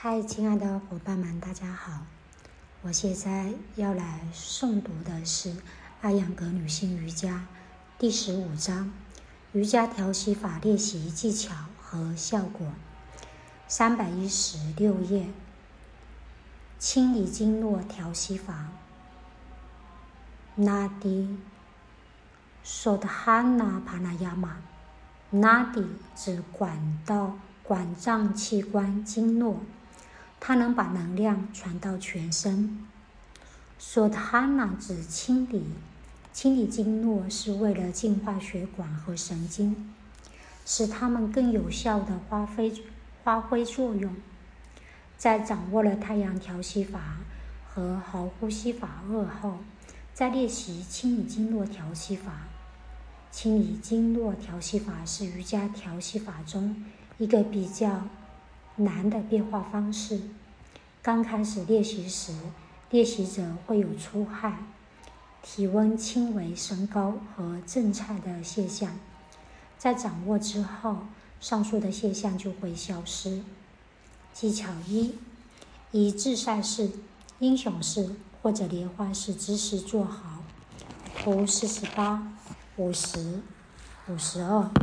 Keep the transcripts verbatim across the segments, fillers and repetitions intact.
嗨，亲爱的伙伴们，大家好！我现在要来诵读的是《艾扬格女性瑜伽》第十五章瑜伽调息法练习技巧和效果，三百一十六页。清理经络调息法。Nadi Shodhana Pranayama。 Nadi 指管道、管脏器官、经络，它能把能量传到全身。Shodhana 指清理，清理经络是为了净化血管和神经，使它们更有效地发挥发挥作用。在掌握了太阳调息法和好呼吸法二后，再练习清理经络调息法。清理经络调息法是瑜伽调息法中一个比较难的变化方式。刚开始练习时，练习者会有出汗、体温轻微升高和震颤的现象。在掌握之后，上述的现象就会消失。技巧一：以自在式、英雄式或者莲花式姿势坐好。图四十八、五十、五十二。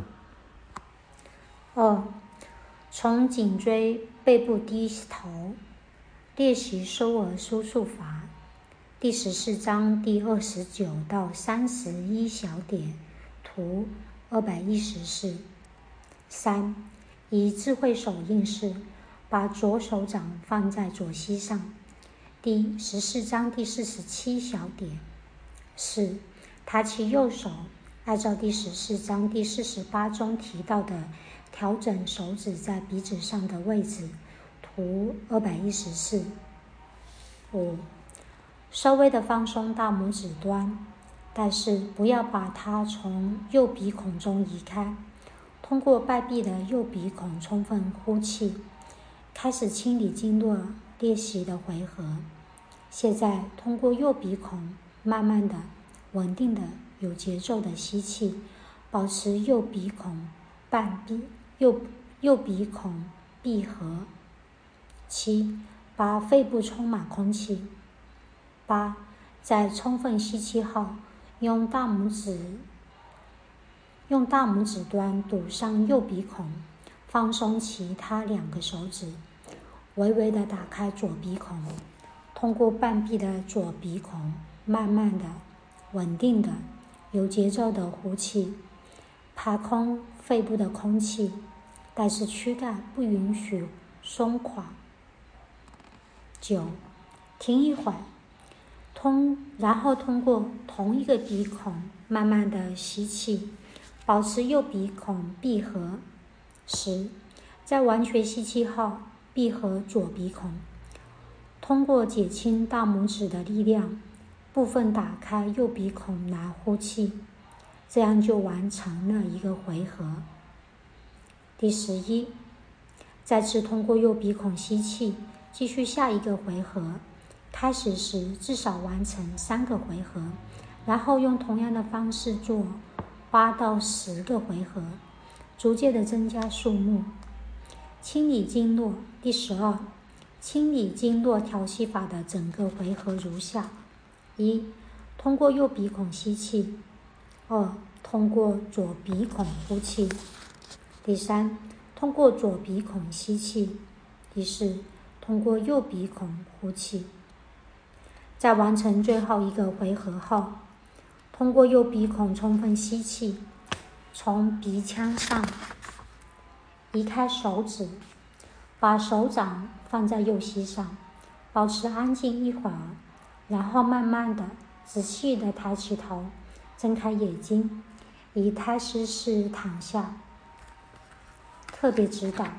二、从颈椎背部低头，练习收耳收束法。第十四章第二十九到三十一小点，图二百一十四。三、以智慧手印式，把左手掌放在左膝上。第十四章第四十七小点。四、抬起右手，按照第十四章第四十八中提到的调整手指在鼻子上的位置，图二百一十四。五、稍微的放松大拇指端，但是不要把它从右鼻孔中移开。通过半闭的右鼻孔充分呼气，开始清理经络练习的回合。现在通过右鼻孔慢慢的、稳定的、有节奏的吸气，保持右鼻孔半闭，右右鼻孔闭合。七、把肺部充满空气。八、在充分吸气后，用大拇指用大拇指端堵上右鼻孔，放松其他两个手指，微微的打开左鼻孔。通过半闭的左鼻孔，慢慢的、稳定的、有节奏的呼气，排空肺部的空气，但是躯干不允许松垮。九、停一会儿，通然后通过同一个鼻孔慢慢的吸气，保持右鼻孔闭合。十、在完全吸气后，闭合左鼻孔，通过减轻大拇指的力量，部分打开右鼻孔来呼气，这样就完成了一个回合。第十一，再次通过右鼻孔吸气，继续下一个回合。开始时至少完成三个回合，然后用同样的方式做八到十个回合，逐渐的增加数目。清理经络。第十二，清理经络调息法的整个回合如下：一、通过右鼻孔吸气；二、通过左鼻孔呼气；第三，通过左鼻孔吸气；第四，通过右鼻孔呼气。在完成最后一个回合后，通过右鼻孔充分吸气，从鼻腔上移开手指，把手掌放在右膝上，保持安静一会儿，然后慢慢的、仔细的抬起头，睁开眼睛，以胎师式躺下。特别指导：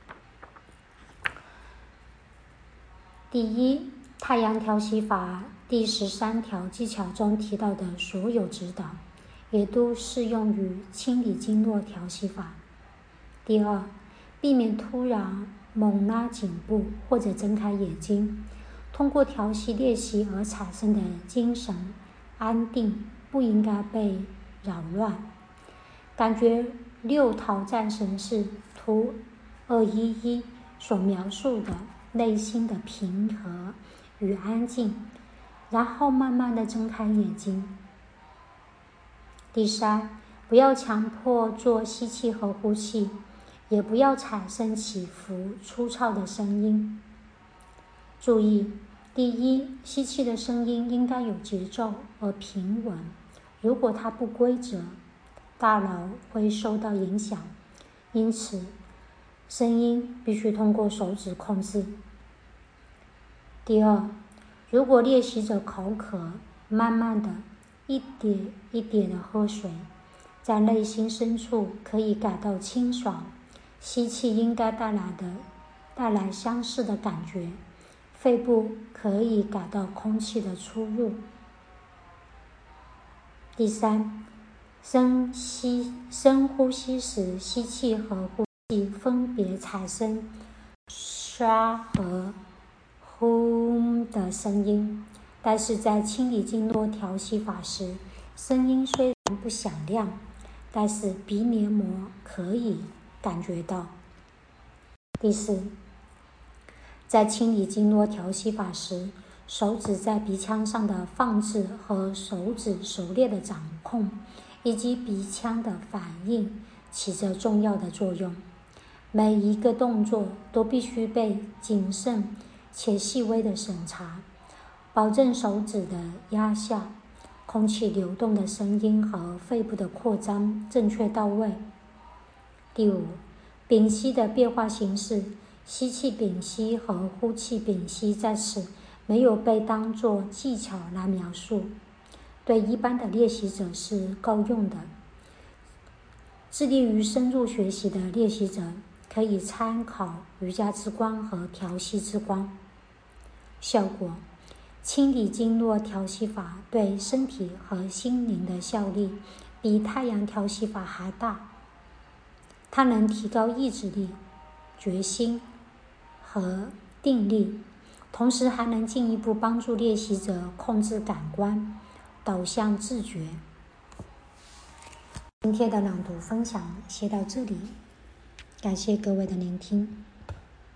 第一，太阳调息法第十三条技巧中提到的所有指导，也都适用于清理经络调息法。第二，避免突然猛拉颈部或者睁开眼睛，通过调息练习而产生的精神安定不应该被扰乱。感觉六套战神是图二一一所描述的内心的平和与安静，然后慢慢的睁开眼睛。第三，不要强迫做吸气和呼气，也不要产生起伏粗糙的声音。注意，第一，吸气的声音应该有节奏而平稳，如果它不规则，大脑会受到影响，因此声音必须通过手指控制。第二，如果练习者口渴，慢慢的一点一点的喝水，在内心深处可以感到清爽，吸气应该带来的带来相似的感觉，肺部可以感到空气的出入。第三，深吸深呼吸时，吸气和呼气分别产生刷和呼的声音，但是在清理经络调息法时，声音虽然不响亮，但是鼻黏膜可以感觉到。第四，在清理经络调息法时，手指在鼻腔上的放置和手指熟练的掌控，以及鼻腔的反应起着重要的作用。每一个动作都必须被谨慎且细微的审查，保证手指的压下、空气流动的声音和肺部的扩张正确到位。第五，屏息的变化形式，吸气屏息和呼气屏息在此没有被当作技巧来描述，对一般的练习者是够用的。致力于深入学习的练习者可以参考瑜伽之光和调息之光。效果，清理经络调息法对身体和心灵的效力比太阳调息法还大。它能提高意志力、决心和定力，同时还能进一步帮助练习者控制感官，导向自觉。今天的朗读分享先到这里，感谢各位的聆听。